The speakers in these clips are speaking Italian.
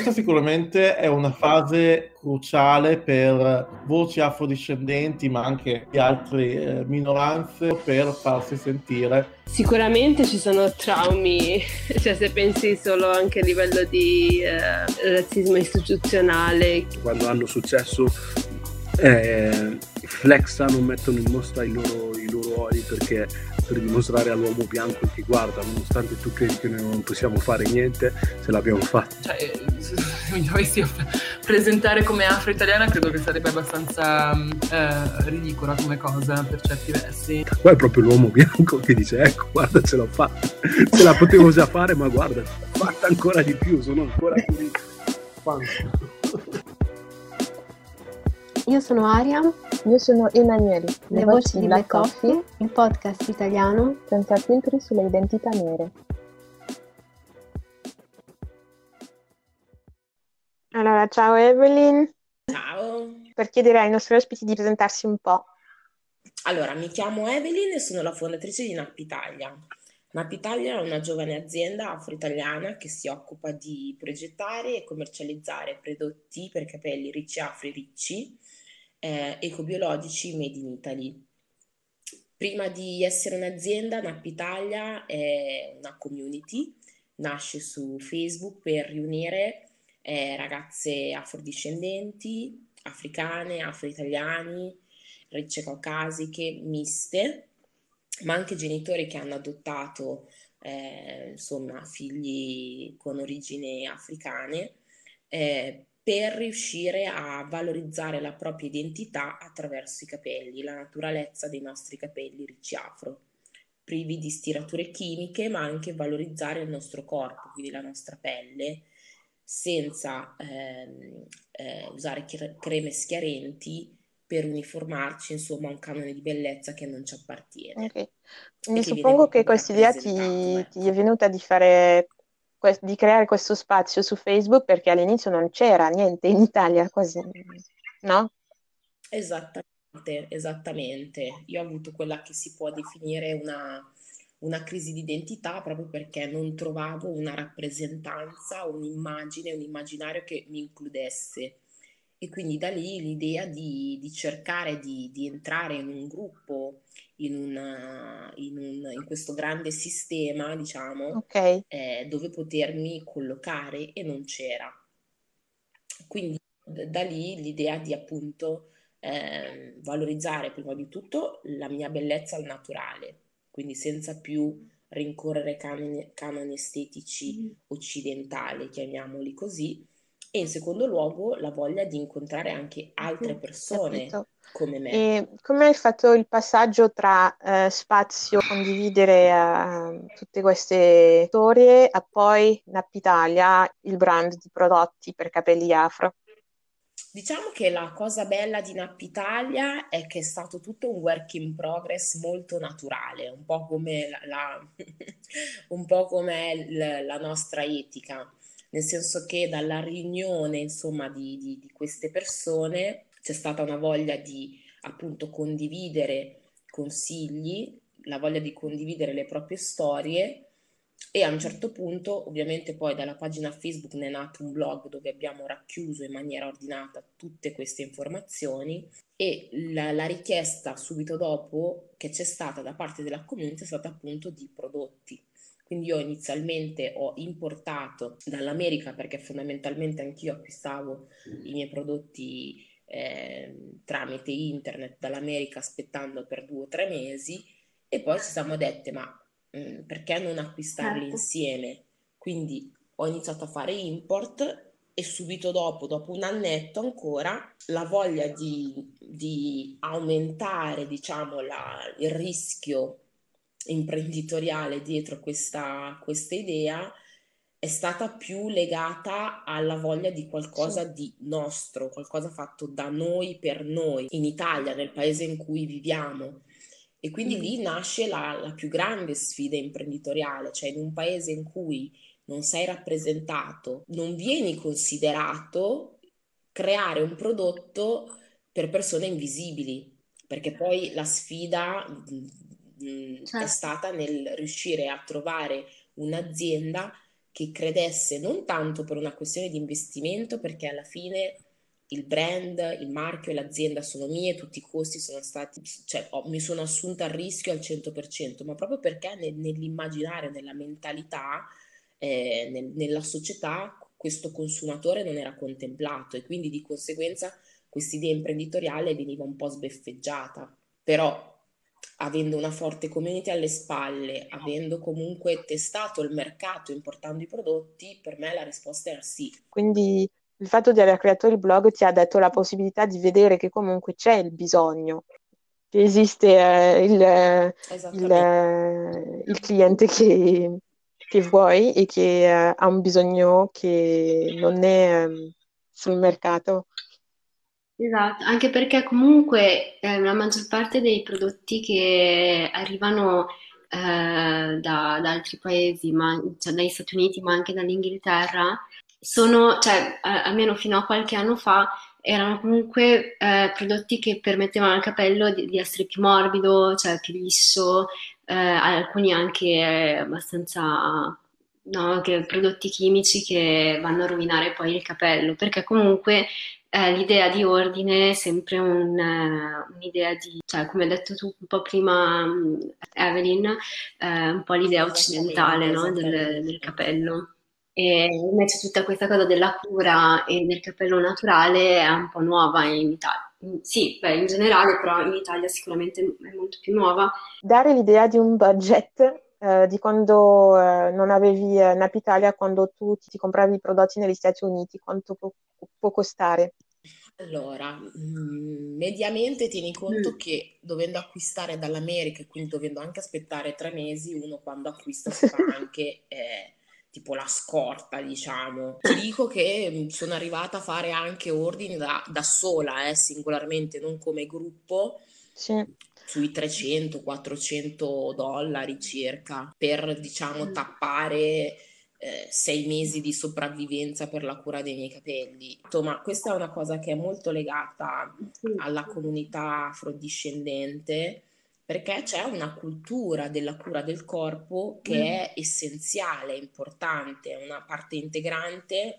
Questa sicuramente è una fase cruciale per voci afrodiscendenti, ma anche di altre minoranze, per farsi sentire. Sicuramente ci sono traumi, cioè se pensi solo anche a livello di razzismo istituzionale. Quando hanno successo flexano, mettono in mostra i loro ori per dimostrare all'uomo bianco che guarda, nonostante tu credi che noi non possiamo fare niente, ce l'abbiamo fatta. Cioè, se mi dovessi presentare come afro-italiana credo che sarebbe abbastanza ridicola come cosa per certi versi. Poi è proprio l'uomo bianco che dice ecco guarda ce l'ho fatta, ce la potevo già fare ma guarda fatta ancora di più, sono ancora più Io sono Aria. Io sono Emanuele. Le voci di Black Coffee, il podcast italiano senza filtri sulle identità nere. Allora, ciao Evelyn. Ciao. Per chiedere ai nostri ospiti di presentarsi un po'. Allora, mi chiamo Evelyn e sono la fondatrice di Nap Italia. Nap Italia è una giovane azienda afro-italiana che si occupa di progettare e commercializzare prodotti per capelli ricci afro-ricci, ecobiologici made in Italy. Prima di essere un'azienda, Nap Italia è una community, nasce su Facebook per riunire ragazze afrodiscendenti, africane, afro-italiani, ricce caucasiche, miste, ma anche genitori che hanno adottato insomma figli con origini africane, per riuscire a valorizzare la propria identità attraverso i capelli, la naturalezza dei nostri capelli ricci afro, privi di stirature chimiche, ma anche valorizzare il nostro corpo, quindi la nostra pelle, senza usare creme schiarenti per uniformarci, insomma, a un canone di bellezza che non ci appartiene. Ok. Quindi suppongo che questa idea ti è venuta di creare questo spazio su Facebook perché all'inizio non c'era niente in Italia, quasi, no? Esattamente. Io ho avuto quella che si può definire una crisi di identità proprio perché non trovavo una rappresentanza, un'immagine, un immaginario che mi includesse. E quindi da lì l'idea di cercare di entrare in un gruppo, in questo grande sistema, diciamo, Ok. dove potermi collocare e non c'era. Quindi da lì l'idea di appunto valorizzare prima di tutto la mia bellezza al naturale, quindi senza più rincorrere canoni estetici occidentali, chiamiamoli così, e in secondo luogo la voglia di incontrare anche altre persone Capito. come me. E come hai fatto il passaggio tra spazio, condividere tutte queste storie, a poi Nap Italia, il brand di prodotti per capelli afro? Diciamo che la cosa bella di Nap Italia è che è stato tutto un work in progress molto naturale, un po' come un po' come la nostra etica, nel senso che dalla riunione, insomma, di queste persone c'è stata una voglia di appunto condividere consigli, la voglia di condividere le proprie storie. E a un certo punto, ovviamente poi dalla pagina Facebook ne è nato un blog dove abbiamo racchiuso in maniera ordinata tutte queste informazioni e la richiesta subito dopo che c'è stata da parte della community è stata appunto di prodotti. Quindi io inizialmente ho importato dall'America perché fondamentalmente anch'io acquistavo i miei prodotti tramite internet dall'America aspettando per 2 o 3 mesi e poi ci siamo dette ma perché non acquistarli insieme? Quindi ho iniziato a fare import e subito dopo un annetto ancora, la voglia di aumentare, diciamo, il rischio imprenditoriale dietro questa idea è stata più legata alla voglia di qualcosa di nostro, qualcosa fatto da noi per noi, in Italia, nel paese in cui viviamo. E quindi lì nasce la più grande sfida imprenditoriale, cioè in un paese in cui non sei rappresentato, non vieni considerato, creare un prodotto per persone invisibili, perché poi la sfida è stata nel riuscire a trovare un'azienda che credesse non tanto per una questione di investimento, perché alla fine il brand, il marchio e l'azienda sono mie, tutti i costi sono stati, cioè mi sono assunta il rischio al 100%, ma proprio perché nell'immaginario, nella mentalità, nella società, questo consumatore non era contemplato, e quindi di conseguenza questa idea imprenditoriale veniva un po' sbeffeggiata. Però avendo una forte community alle spalle, avendo comunque testato il mercato, importando i prodotti, per me la risposta era sì. Quindi il fatto di aver creato il blog ti ha dato la possibilità di vedere che comunque c'è il bisogno, che esiste Esattamente. il cliente che vuoi e che ha un bisogno che non è sul mercato. Esatto, anche perché comunque la maggior parte dei prodotti che arrivano da altri paesi, cioè dagli Stati Uniti, ma anche dall'Inghilterra, sono, cioè, almeno fino a qualche anno fa, erano comunque prodotti che permettevano al capello di essere più morbido, cioè più lisso, alcuni anche abbastanza, no, prodotti chimici che vanno a rovinare poi il capello, perché comunque l'idea di ordine è sempre un'idea di, cioè come hai detto tu un po' prima, Evelyn, un po' l'idea occidentale, no, del capello. E invece tutta questa cosa della cura e del capello naturale è un po' nuova in Italia. Sì, beh, in generale, però in Italia sicuramente è molto più nuova. Dare l'idea di un budget di quando non avevi Napitalia, quando tu ti compravi i prodotti negli Stati Uniti, quanto può costare? Allora, mediamente tieni conto che dovendo acquistare dall'America e quindi dovendo anche aspettare 3 mesi, uno quando acquista si fa anche tipo la scorta, diciamo. Ti dico che sono arrivata a fare anche ordini da sola, singolarmente, non come gruppo, Sì. sui 300-400 dollari circa, per, diciamo, tappare 6 mesi di sopravvivenza per la cura dei miei capelli. Ma questa è una cosa che è molto legata alla comunità afrodiscendente, perché c'è una cultura della cura del corpo che è essenziale, importante, è una parte integrante.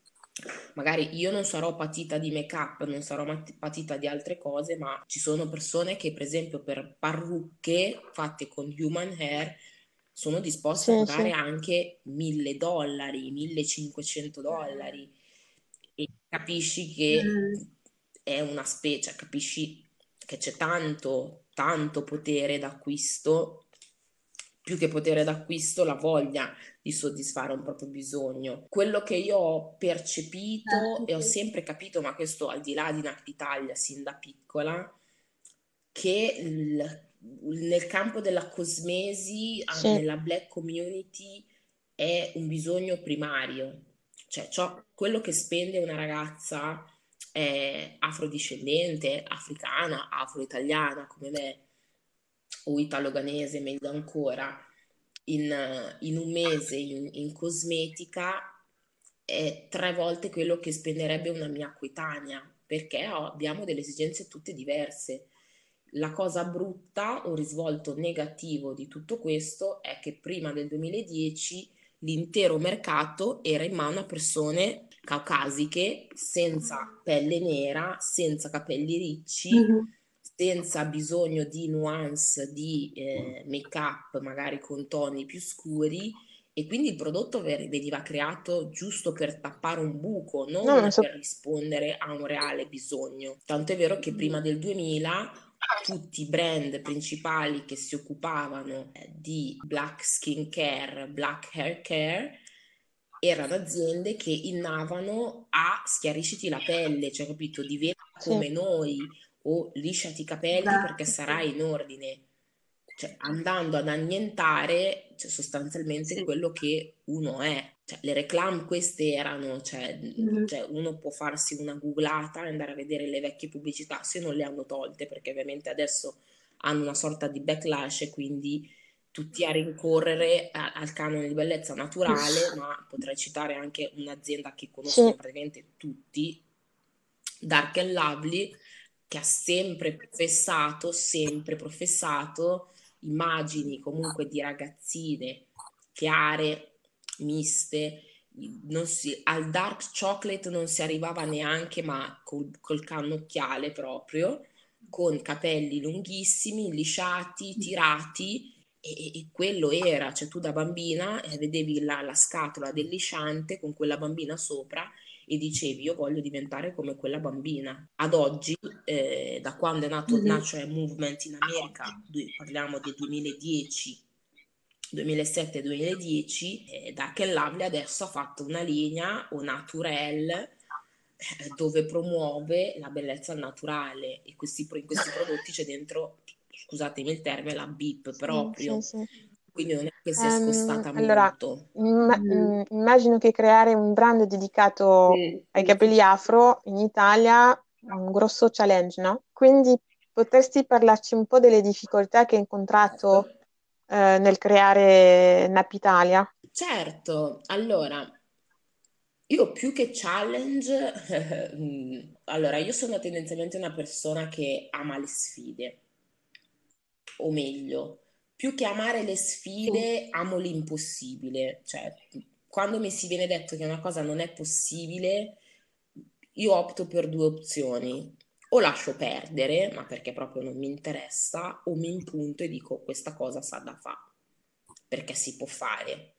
Magari io non sarò patita di make-up, non sarò patita di altre cose, ma ci sono persone che, per esempio, per parrucche fatte con human hair sono disposte a pagare anche $1.000, $1.500, e capisci che è una specie, capisci che c'è tanto, tanto potere d'acquisto, più che potere d'acquisto, la voglia di soddisfare un proprio bisogno. Quello che io ho percepito e ho sempre capito, ma questo al di là di Italia, sin da piccola, che nel campo della cosmesi, nella black community, è un bisogno primario. Cioè, quello che spende una ragazza afrodiscendente, africana, afro-italiana come me, o italo-ghanese, meglio ancora, in un mese in cosmetica è 3 volte quello che spenderebbe una mia coetanea, perché abbiamo delle esigenze tutte diverse. La cosa brutta o risvolto negativo di tutto questo è che prima del 2010 l'intero mercato era in mano a persone caucasiche, senza pelle nera, senza capelli ricci, senza bisogno di nuance di make-up, magari con toni più scuri, e quindi il prodotto veniva creato giusto per tappare un buco, non per rispondere a un reale bisogno. Tanto è vero che prima del 2000 tutti i brand principali che si occupavano di black skin care, black hair care, erano aziende che innavano a schiarisciti la pelle, cioè capito, diventa come noi, o lisciati i capelli perché sarai in ordine. Cioè, andando ad annientare, cioè, sostanzialmente quello che uno è. Cioè, le reclame queste erano, cioè, uno può farsi una googlata e andare a vedere le vecchie pubblicità, se non le hanno tolte, perché ovviamente adesso hanno una sorta di backlash e quindi tutti a rincorrere al canone di bellezza naturale, ma potrei citare anche un'azienda che conoscono praticamente tutti, Dark and Lovely, che ha sempre professato immagini comunque di ragazzine chiare, miste, al dark chocolate non si arrivava neanche, ma col cannocchiale proprio, con capelli lunghissimi, lisciati, tirati, e quello era, cioè tu da bambina vedevi la scatola del lisciante con quella bambina sopra e dicevi io voglio diventare come quella bambina. Ad oggi, da quando è nato il Natural Movement in America, parliamo del 2010, 2007-2010, Dark & Lovely adesso ha fatto una linea o Naturel dove promuove la bellezza naturale, e in questi prodotti c'è dentro, scusatemi il termine, la BIP proprio, Sì. quindi non è che sia scostata Allora, molto. immagino che creare un brand dedicato ai capelli afro in Italia è un grosso challenge, no? Quindi potresti parlarci un po' delle difficoltà che hai incontrato nel creare Napitalia? Certo, allora, io più che challenge, allora io sono tendenzialmente una persona che ama le sfide, o meglio, più che amare le sfide, amo l'impossibile. Cioè, quando mi si viene detto che una cosa non è possibile, io opto per due opzioni. O lascio perdere, ma perché proprio non mi interessa, o mi impunto e dico questa cosa sa da fare, perché si può fare.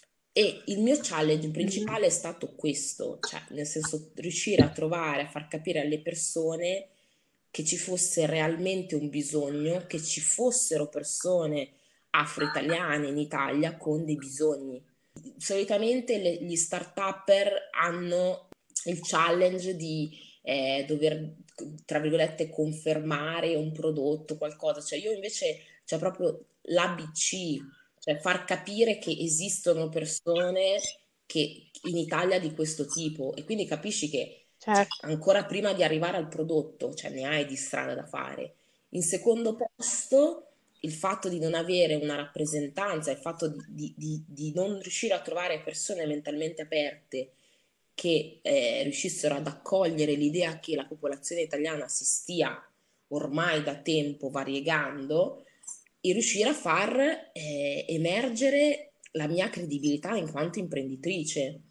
E il mio challenge principale è stato questo, cioè nel senso riuscire a trovare, a far capire alle persone che ci fosse realmente un bisogno, che ci fossero persone afro-italiane in Italia con dei bisogni. Solitamente gli start-upper hanno il challenge di dover, tra virgolette, confermare un prodotto, qualcosa. Cioè io invece c'è proprio l'ABC, cioè far capire che esistono persone che in Italia di questo tipo, e quindi capisci che ancora prima di arrivare al prodotto, cioè ne hai di strada da fare. In secondo posto, il fatto di non avere una rappresentanza, il fatto di non riuscire a trovare persone mentalmente aperte che riuscissero ad accogliere l'idea che la popolazione italiana si stia ormai da tempo variegando, e riuscire a far emergere la mia credibilità in quanto imprenditrice.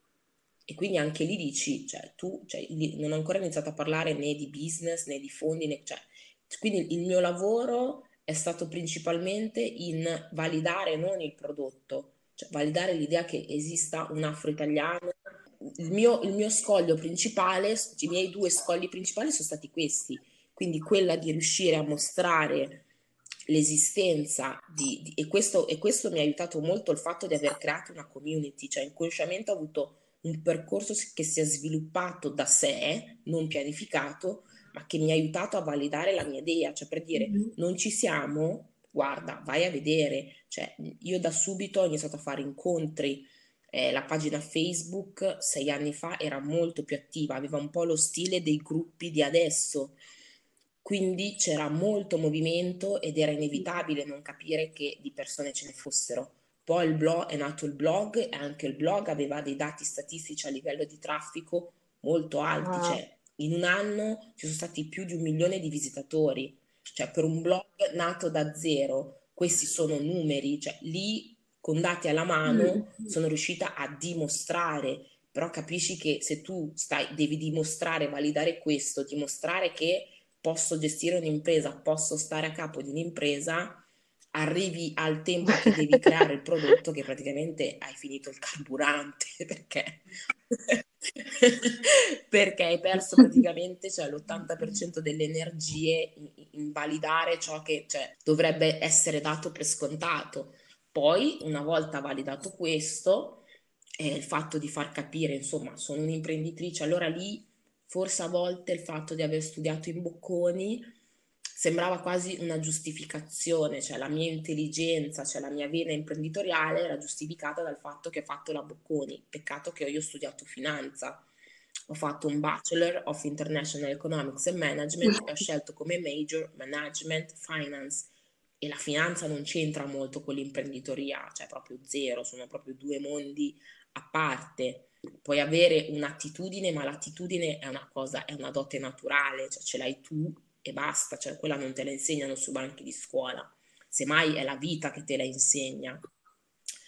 E quindi anche lì dici, cioè tu non ho ancora iniziato a parlare né di business né di fondi, quindi il mio lavoro è stato principalmente in validare non il prodotto, cioè validare l'idea che esista un afro-italiano. Il mio scoglio principale, i miei due scogli principali sono stati questi, quindi quella di riuscire a mostrare l'esistenza e questo mi ha aiutato molto il fatto di aver creato una community, cioè inconsciamente ho avuto un percorso che si è sviluppato da sé, non pianificato, ma che mi ha aiutato a validare la mia idea, cioè per dire non ci siamo, guarda, vai a vedere, cioè io da subito ho iniziato a fare incontri, la pagina Facebook 6 anni fa era molto più attiva, aveva un po' lo stile dei gruppi di adesso, quindi c'era molto movimento ed era inevitabile non capire che di persone ce ne fossero. Poi è nato il blog, e anche il blog aveva dei dati statistici a livello di traffico molto alti, cioè in un anno ci sono stati più di 1 milione di visitatori, cioè per un blog nato da zero, questi sono numeri, cioè lì con dati alla mano sono riuscita a dimostrare, però capisci che se tu devi dimostrare, validare questo, dimostrare che posso gestire un'impresa, posso stare a capo di un'impresa, arrivi al tempo che devi creare il prodotto che praticamente hai finito il carburante perché hai perso praticamente l'80% delle energie in validare ciò che dovrebbe essere dato per scontato. Poi, una volta validato questo, il fatto di far capire, insomma, sono un'imprenditrice, allora lì forse a volte il fatto di aver studiato in Bocconi sembrava quasi una giustificazione, cioè la mia intelligenza, cioè la mia vena imprenditoriale era giustificata dal fatto che ho fatto la Bocconi. Peccato che io ho studiato finanza, ho fatto un Bachelor of International Economics and Management e ho scelto come major Management Finance, e la finanza non c'entra molto con l'imprenditoria, cioè proprio zero, sono proprio due mondi a parte. Puoi avere un'attitudine, ma l'attitudine è una cosa, è una dote naturale, cioè ce l'hai tu e basta, cioè quella non te la insegnano sui banchi di scuola, semmai è la vita che te la insegna.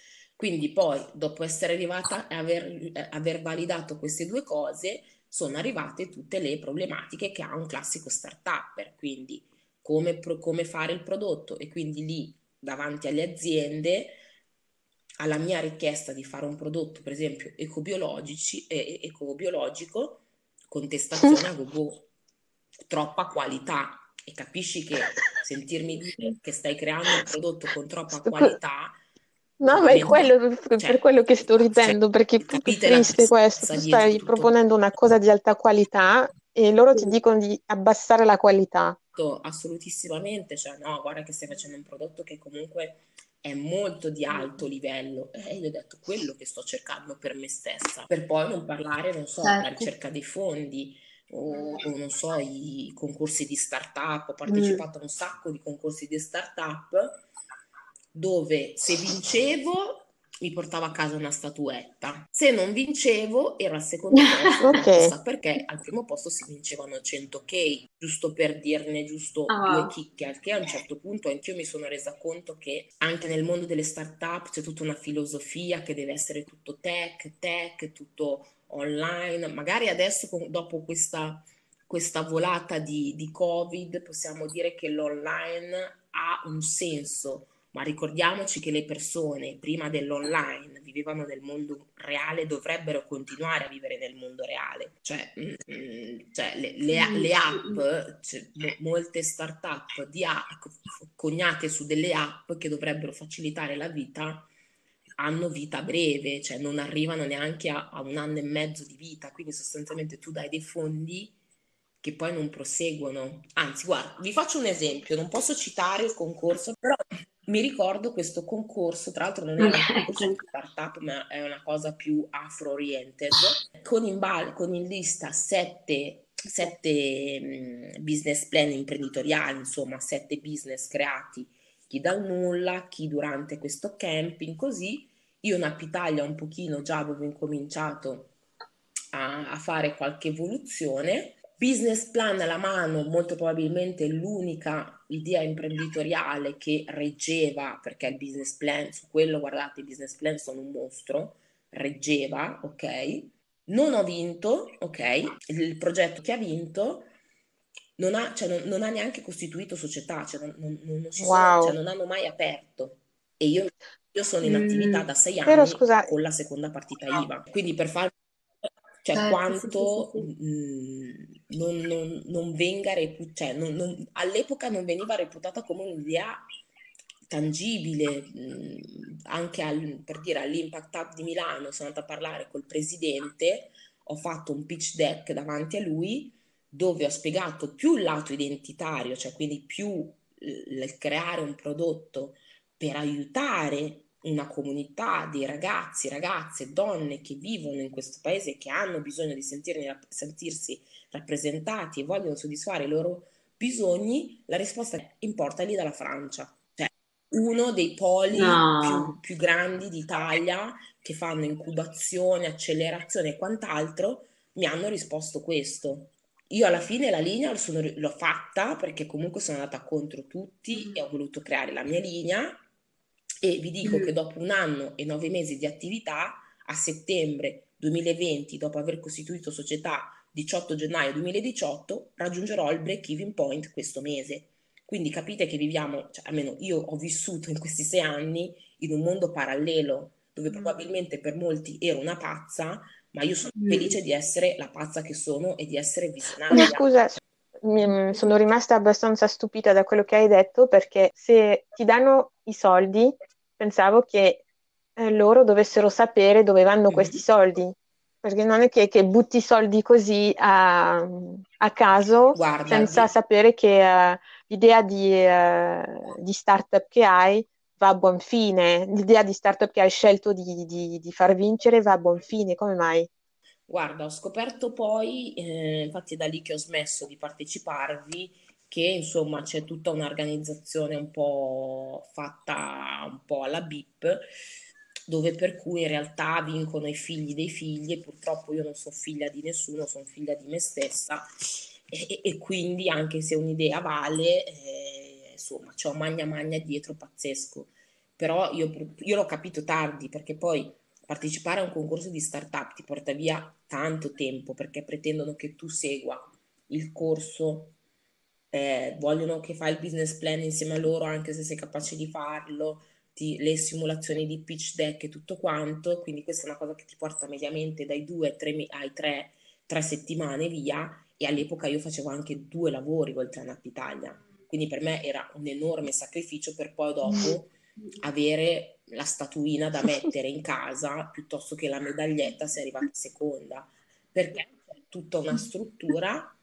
Quindi poi, dopo essere arrivata e aver validato queste due cose, sono arrivate tutte le problematiche che ha un classico startupper, quindi come fare il prodotto, e quindi lì davanti alle aziende, alla mia richiesta di fare un prodotto, per esempio, ecobiologico, contestazione a gogo, troppa qualità. E capisci che sentirmi dire che stai creando un prodotto con troppa qualità, No, ma è quello, per quello che sto ridendo, perché è proprio capite la triste questo. tristezza Tu dietro stai tutto proponendo una cosa di alta qualità e loro ti dicono di abbassare la qualità. assolutissimamente, cioè no, guarda che stai facendo un prodotto che comunque è molto di alto livello, e io ho detto quello che sto cercando per me stessa, per poi non parlare, non so, la ricerca dei fondi o non so, i concorsi di startup. Ho partecipato a un sacco di concorsi di startup dove se vincevo mi portavo a casa una statuetta, se non vincevo era al secondo posto, ma chissà perché al primo posto si vincevano 100k, giusto per dirne giusto due chicche, al che a un certo punto anch'io mi sono resa conto che anche nel mondo delle startup c'è tutta una filosofia che deve essere tutto tech, tutto online. Magari adesso dopo questa volata di Covid possiamo dire che l'online ha un senso, ma ricordiamoci che le persone prima dell'online vivevano nel mondo reale, dovrebbero continuare a vivere nel mondo reale. Cioè le app, molte start-up coniate su delle app che dovrebbero facilitare la vita, hanno vita breve, cioè non arrivano neanche a 1 anno e mezzo di vita, quindi sostanzialmente tu dai dei fondi che poi non proseguono. Anzi, guarda, vi faccio un esempio, non posso citare il concorso, però mi ricordo questo concorso, tra l'altro non era un concorso di startup, ma è una cosa più afro-oriented, con in lista 7 business plan imprenditoriali, insomma 7 business creati, chi dal nulla, chi durante questo camping, così. Io in Appitalia un pochino già avevo incominciato a fare qualche evoluzione. Business plan alla mano, molto probabilmente l'unica idea imprenditoriale che reggeva, perché il business plan, su quello guardate, i business plan sono un mostro, reggeva, ok? Non ho vinto, ok? Il progetto che ha vinto non ha neanche costituito società, non hanno mai aperto. E io sono in attività da 6 Però anni scusa, con la seconda partita IVA. Quindi per fare quanto non venga all'epoca non veniva reputata come un'idea tangibile. Anche per dire all'Impact Hub di Milano sono andata a parlare col presidente, ho fatto un pitch deck davanti a lui dove ho spiegato più il lato identitario, cioè quindi più il creare un prodotto per aiutare una comunità di ragazzi, ragazze, donne che vivono in questo paese e che hanno bisogno di sentirsi rappresentati e vogliono soddisfare i loro bisogni. La risposta è: importali dalla Francia, cioè uno dei poli più grandi d'Italia che fanno incubazione, accelerazione e quant'altro. Mi hanno risposto questo. Io alla fine la linea l'ho fatta perché comunque sono andata contro tutti e ho voluto creare la mia linea, e vi dico che dopo 1 anno e 9 mesi di attività, a settembre 2020, dopo aver costituito società 18 gennaio 2018, raggiungerò il break-even point questo mese. Quindi capite che viviamo, cioè almeno io ho vissuto in questi 6 anni in un mondo parallelo, dove probabilmente per molti ero una pazza, ma io sono felice di essere la pazza che sono e di essere visionaria. ma scusa, sono rimasta abbastanza stupita da quello che hai detto, perché se ti danno i soldi, pensavo che loro dovessero sapere dove vanno questi soldi, perché non è che butti i soldi così a caso. Guarda, senza sapere che l'idea di startup che hai va a buon fine, l'idea di startup che hai scelto di far vincere va a buon fine. Come mai? Guarda, ho scoperto poi, infatti è da lì che ho smesso di parteciparvi, che insomma c'è tutta un'organizzazione un po' fatta un po' alla BIP, dove per cui in realtà vincono i figli dei figli, e purtroppo io non sono figlia di nessuno, sono figlia di me stessa, e quindi anche se un'idea vale, insomma c'ho magna magna dietro pazzesco. però io l'ho capito tardi, perché poi partecipare a un concorso di startup ti porta via tanto tempo, perché pretendono che tu segua il corso, vogliono che fai il business plan insieme a loro, anche se sei capace di farlo, le simulazioni di pitch deck e tutto quanto, quindi questa è una cosa che ti porta mediamente dai 3 settimane via, e all'epoca io facevo anche 2 lavori oltre a Nap Italia, quindi per me era un enorme sacrificio per poi dopo avere la statuina da mettere in casa piuttosto che la medaglietta se è arrivata seconda, perché c'è tutta una struttura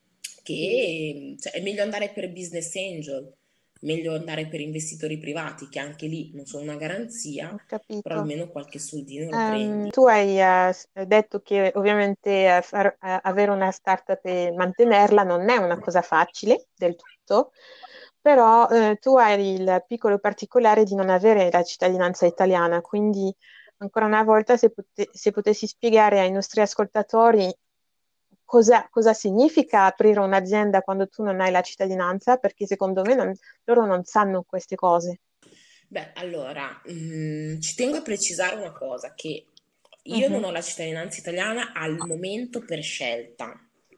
che cioè, è meglio andare per business angel, meglio andare per investitori privati, che anche lì non sono una garanzia, Ho però capito. almeno qualche soldino lo prendi. Tu hai detto che ovviamente avere una startup e mantenerla non è una cosa facile del tutto, però tu hai il piccolo particolare di non avere la cittadinanza italiana, quindi ancora una volta se potessi spiegare ai nostri ascoltatori cosa significa aprire un'azienda quando tu non hai la cittadinanza, perché secondo me loro non sanno queste cose. Beh, allora, ci tengo a precisare una cosa, che io non Mhm. ho la cittadinanza italiana al momento per scelta,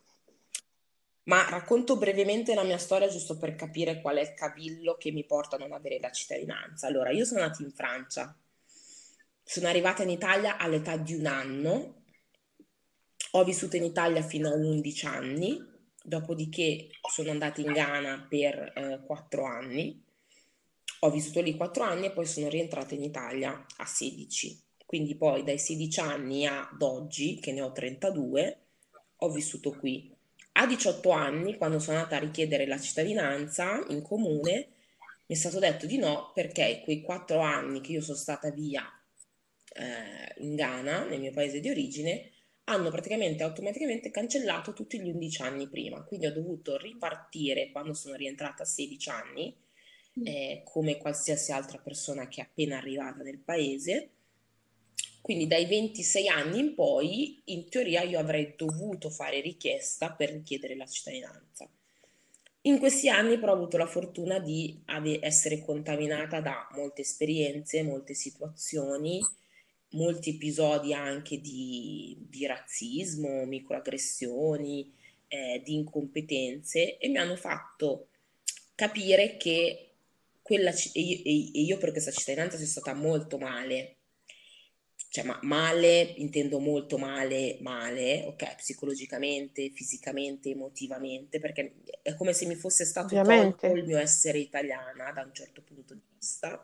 ma racconto brevemente la mia storia giusto per capire qual è il cavillo che mi porta a non avere la cittadinanza. Allora, io sono nata in Francia, sono arrivata in Italia all'età di 1 anno, ho vissuto in Italia fino a 11 anni, dopodiché sono andata in Ghana per 4 anni, ho vissuto lì 4 anni e poi sono rientrata in Italia a 16. Quindi poi dai 16 anni ad oggi, che ne ho 32, ho vissuto qui. A 18 anni, quando sono andata a richiedere la cittadinanza in comune, mi è stato detto di no, perché quei 4 anni che io sono stata via in Ghana, nel mio paese di origine, hanno praticamente automaticamente cancellato tutti gli 11 anni prima. Quindi ho dovuto ripartire quando sono rientrata a 16 anni, come qualsiasi altra persona che è appena arrivata nel paese. Quindi dai 26 anni in poi, in teoria, io avrei dovuto fare richiesta per richiedere la cittadinanza. In questi anni però ho avuto la fortuna di essere contaminata da molte esperienze, molte situazioni, molti episodi anche di razzismo, microaggressioni, di incompetenze, e mi hanno fatto capire che io per questa cittadinanza sono stata molto male, cioè male, intendo molto male, male, ok, psicologicamente, fisicamente, emotivamente, perché è come se mi fosse stato tolto Ovviamente. il mio essere italiana da un certo punto di vista.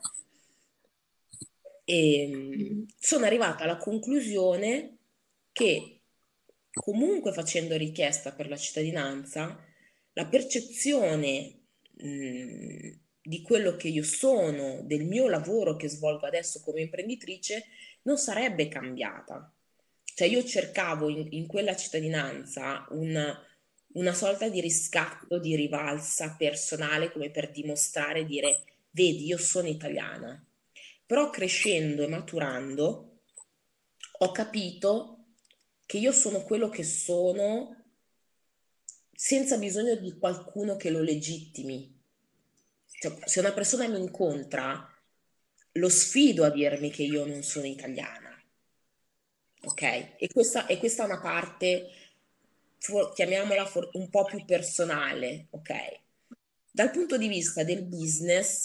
E sono arrivata alla conclusione che comunque facendo richiesta per la cittadinanza, la percezione di quello che io sono, del mio lavoro che svolgo adesso come imprenditrice, non sarebbe cambiata. Cioè io cercavo in quella cittadinanza una sorta di riscatto, di rivalsa personale, come per dimostrare, dire, vedi, io sono italiana. Però crescendo e maturando ho capito che io sono quello che sono senza bisogno di qualcuno che lo legittimi. Cioè, se una persona mi incontra, lo sfido a dirmi che io non sono italiana. Ok? E questa è una parte, chiamiamola un po' più personale, ok? Dal punto di vista del business,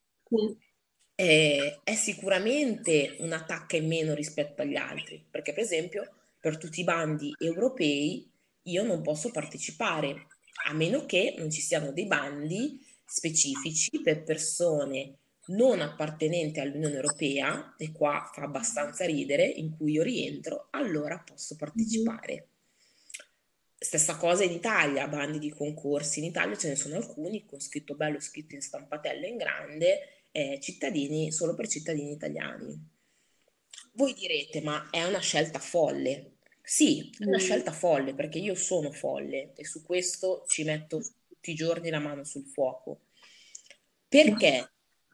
è sicuramente una tacca in meno rispetto agli altri, perché per esempio per tutti i bandi europei io non posso partecipare, a meno che non ci siano dei bandi specifici per persone non appartenenti all'Unione Europea, e qua fa abbastanza ridere, in cui io rientro, allora posso partecipare. Stessa cosa in Italia, bandi di concorsi, in Italia ce ne sono alcuni con scritto bello, scritto in stampatello in grande, cittadini solo per cittadini italiani. Voi direte, ma è una scelta folle. Sì, è una scelta folle, perché io sono folle e su questo ci metto tutti i giorni la mano sul fuoco. Perché?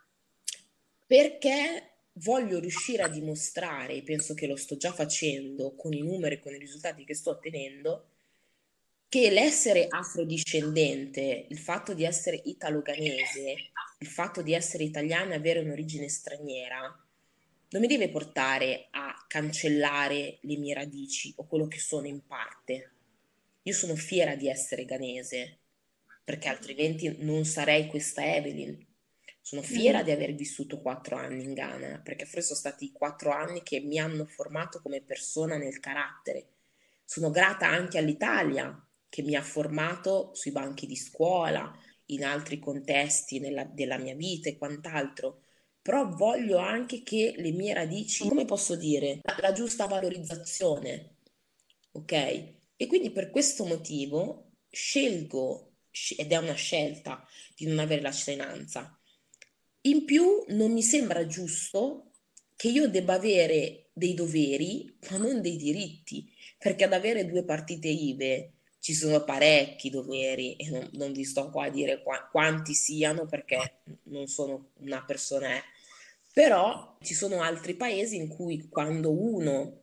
Perché voglio riuscire a dimostrare, e penso che lo sto già facendo con i numeri e con i risultati che sto ottenendo, che l'essere afrodiscendente, il fatto di essere italo-ghanese, il fatto di essere italiana e avere un'origine straniera non mi deve portare a cancellare le mie radici o quello che sono in parte. Io sono fiera di essere ghanese, perché altrimenti non sarei questa Evelyn. Sono fiera di aver vissuto 4 anni in Ghana, perché forse sono stati i 4 anni che mi hanno formato come persona nel carattere. Sono grata anche all'Italia, che mi ha formato sui banchi di scuola, in altri contesti della mia vita e quant'altro. Però voglio anche che le mie radici, come posso dire, la giusta valorizzazione, ok? E quindi per questo motivo scelgo, ed è una scelta, di non avere la cittadinanza. In più non mi sembra giusto che io debba avere dei doveri, ma non dei diritti, perché ad avere 2 partite IVE ci sono parecchi doveri e non vi sto qua a dire quanti siano perché non sono una persona, però ci sono altri paesi in cui quando uno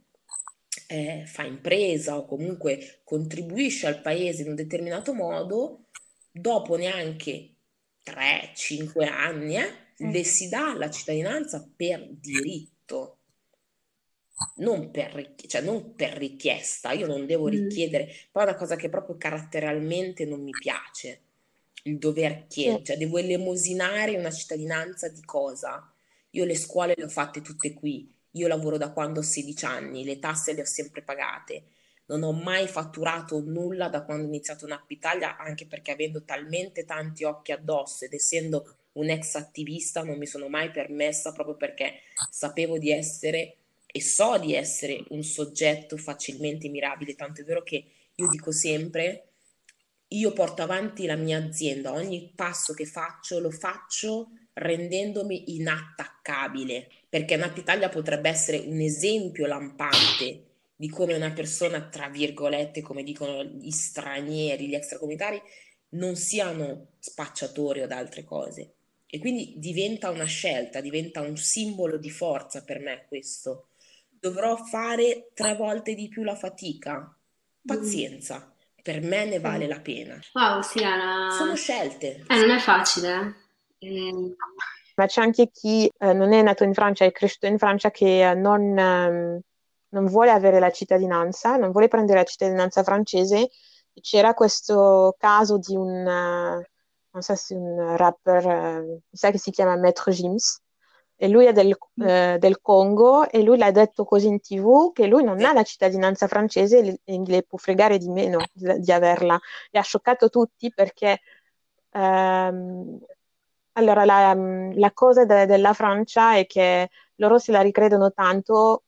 fa impresa o comunque contribuisce al paese in un determinato modo, dopo neanche 3-5 anni, le si dà la cittadinanza per diritto, non per richiesta. Io non devo richiedere, poi è una cosa che proprio caratterialmente non mi piace, il dover chiedere, cioè devo elemosinare una cittadinanza di cosa? Io le scuole le ho fatte tutte qui, io lavoro da quando ho 16 anni, le tasse le ho sempre pagate, non ho mai fatturato nulla da quando ho iniziato Nap Italia, anche perché avendo talmente tanti occhi addosso ed essendo un ex attivista non mi sono mai permessa, proprio perché sapevo di essere e so di essere un soggetto facilmente mirabile, tanto è vero che io dico sempre, io porto avanti la mia azienda, ogni passo che faccio lo faccio rendendomi inattaccabile, perché Nap Italia potrebbe essere un esempio lampante di come una persona, tra virgolette, come dicono gli stranieri, gli extracomunitari, non siano spacciatori o ad altre cose. E quindi diventa una scelta, diventa un simbolo di forza per me questo. Dovrò fare 3 volte di più la fatica? Pazienza, per me ne vale la pena. Wow, Sirana. Sono scelte. Non è facile. Ma c'è anche chi non è nato in Francia, è cresciuto in Francia, che non vuole avere la cittadinanza, non vuole prendere la cittadinanza francese. E c'era questo caso di non so se un rapper, mi sa che si chiama Maître Gims, e lui è del Congo, e lui l'ha detto così in TV che lui non ha la cittadinanza francese e le può fregare di meno di averla. E ha scioccato tutti perché allora la cosa della Francia è che loro se la ricredono tanto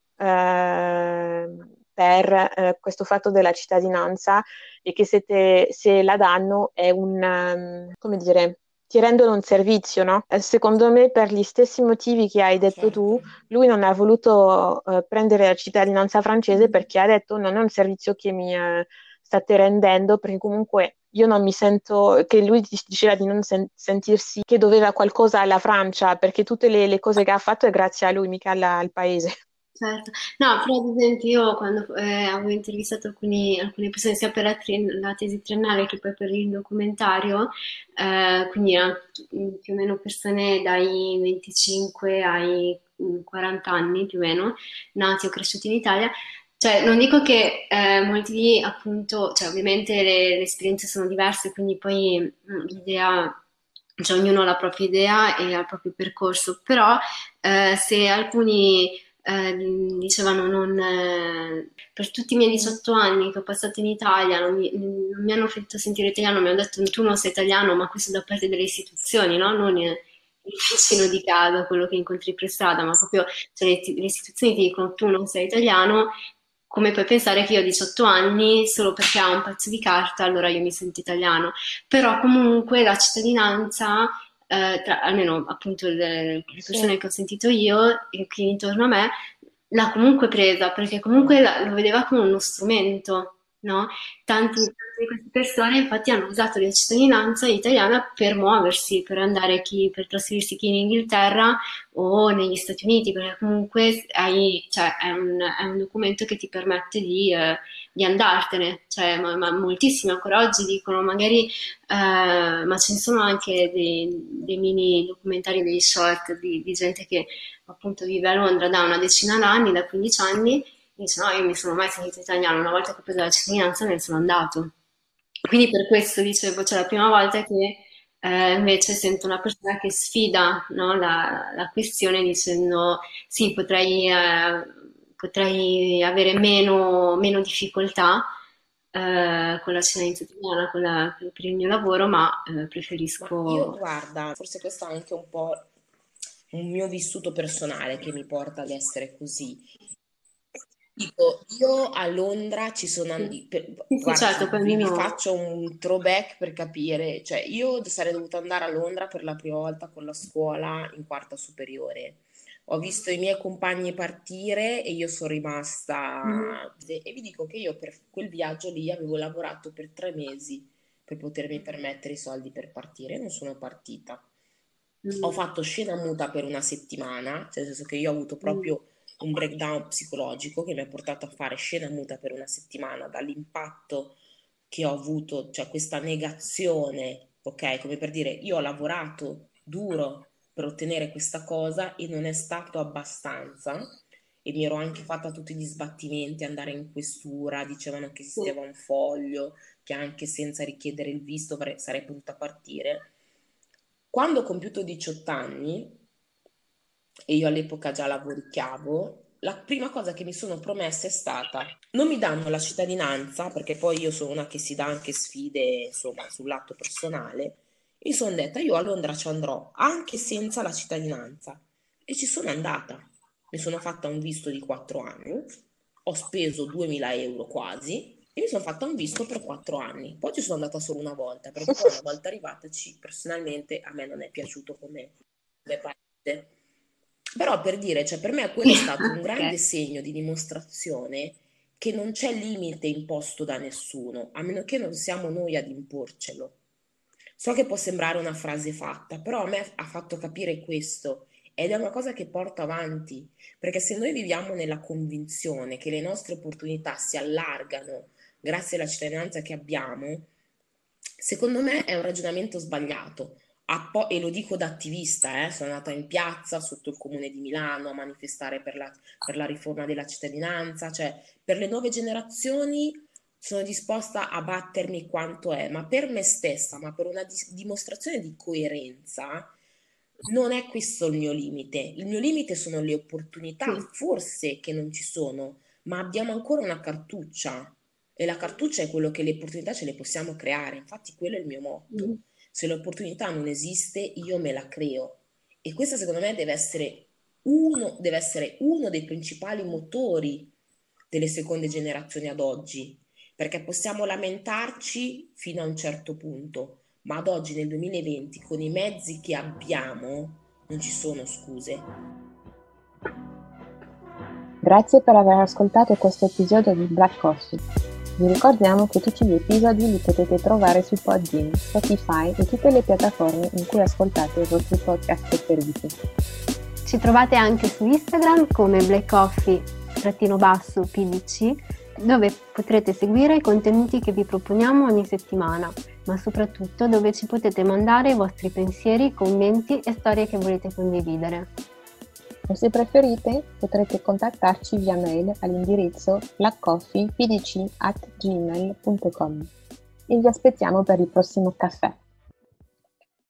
per questo fatto della cittadinanza, e che se la danno è come dire, ti rendono un servizio, no? Secondo me, per gli stessi motivi che hai detto tu, lui non ha voluto prendere la cittadinanza francese perché ha detto non è un servizio che mi state rendendo, perché comunque io non mi sento, che lui diceva di non sentirsi che doveva qualcosa alla Francia, perché tutte le cose che ha fatto è grazie a lui, mica al paese. Certo, no, però ad esempio io quando avevo intervistato alcune persone sia per la tesi triennale che poi per il documentario, quindi erano più o meno persone dai 25 ai 40 anni più o meno, nati o cresciuti in Italia, cioè non dico che molti appunto, cioè ovviamente le esperienze sono diverse, quindi poi l'idea, cioè ognuno ha la propria idea e ha il proprio percorso, però se alcuni dicevano per tutti i miei 18 anni che ho passato in Italia non mi hanno fatto sentire italiano, mi hanno detto tu non sei italiano, ma questo da parte delle istituzioni, no? Non il vicino di casa, quello che incontri per strada, ma proprio cioè, le istituzioni ti dicono tu non sei italiano. Come puoi pensare che io ho 18 anni, solo perché ho un pezzo di carta, allora io mi sento italiano. Però comunque la cittadinanza, almeno appunto le persone che ho sentito io e qui intorno a me, l'ha comunque presa, perché comunque lo vedeva come uno strumento. no? Tante di queste persone infatti hanno usato la cittadinanza italiana per muoversi, per andare per trasferirsi qui in Inghilterra o negli Stati Uniti, perché comunque cioè, è un documento che ti permette di andartene, cioè, ma moltissimi ancora oggi dicono magari, ma ce ne sono anche dei mini documentari, degli short di gente che appunto vive a Londra da una decina d'anni, da 15 anni, dice no, io mi sono mai sentito italiano, una volta che ho preso la cittadinanza me ne sono andato. Quindi per questo dicevo, cioè la prima volta che invece sento una persona che sfida, no, la questione dicendo sì, potrei avere meno difficoltà con la cittadinanza italiana, per il mio lavoro, ma Ma preferisco... io, guarda, forse questo è anche un po' un mio vissuto personale che mi porta ad essere così. Dico, io a Londra ci sono Sì, sì, guarda, certo, poi vi ognuno... faccio un throwback per capire, cioè io sarei dovuta andare a Londra per la prima volta con la scuola in quarta superiore. Ho visto i miei compagni partire e io sono rimasta, e vi dico che io per quel viaggio lì avevo lavorato per 3 mesi per potermi permettere i soldi per partire, e non sono partita. Ho fatto scena muta per una settimana, cioè nel senso che io ho avuto proprio un breakdown psicologico che mi ha portato a fare scena muta per una settimana dall'impatto che ho avuto, cioè questa negazione, ok? Come per dire, io ho lavorato duro per ottenere questa cosa e non è stato abbastanza, e mi ero anche fatta tutti gli sbattimenti, andare in questura, dicevano che Sì. esisteva un foglio, che anche senza richiedere il visto sarei potuta partire. Quando ho compiuto 18 anni, e io all'epoca già lavoricchiavo, la prima cosa che mi sono promessa è stata: non mi danno la cittadinanza, perché poi io sono una che si dà anche sfide, insomma, sul lato personale. Mi sono detta, io a Londra ci andrò anche senza la cittadinanza. E ci sono andata. Mi sono fatta un visto di 4 anni, ho speso 2000 euro quasi, e mi sono fatta un visto per 4 anni. Poi ci sono andata solo una volta, perché poi una volta arrivataci, personalmente a me non è piaciuto come paese. Però per dire, cioè per me quello è stato un grande Ok. segno di dimostrazione che non c'è limite imposto da nessuno, a meno che non siamo noi ad imporcelo. So che può sembrare una frase fatta, però a me ha fatto capire questo, ed è una cosa che porto avanti, perché se noi viviamo nella convinzione che le nostre opportunità si allargano grazie alla cittadinanza che abbiamo, secondo me è un ragionamento sbagliato. E lo dico da attivista, sono andata in piazza sotto il comune di Milano a manifestare per la riforma della cittadinanza, cioè per le nuove generazioni sono disposta a battermi quanto è, ma per me stessa, ma per una dimostrazione di coerenza, non è questo il mio limite. Il mio limite sono le opportunità, Sì. forse che non ci sono, ma abbiamo ancora una cartuccia, e la cartuccia è quello che le opportunità ce le possiamo creare. Infatti quello è il mio motto. Se l'opportunità non esiste, io me la creo. E questo secondo me deve essere uno dei principali motori delle seconde generazioni ad oggi, perché possiamo lamentarci fino a un certo punto, ma ad oggi nel 2020 con i mezzi che abbiamo non ci sono scuse. Grazie per aver ascoltato questo episodio di Black Coffee. Vi ricordiamo che tutti gli episodi li potete trovare su Podbean, Spotify e tutte le piattaforme in cui ascoltate i vostri podcast preferiti. Ci trovate anche su Instagram come blackcoffee_pdc, dove potrete seguire i contenuti che vi proponiamo ogni settimana, ma soprattutto dove ci potete mandare i vostri pensieri, commenti e storie che volete condividere. O se preferite, potrete contattarci via mail all'indirizzo blackcoffeepdc@gmail.com e vi aspettiamo per il prossimo caffè.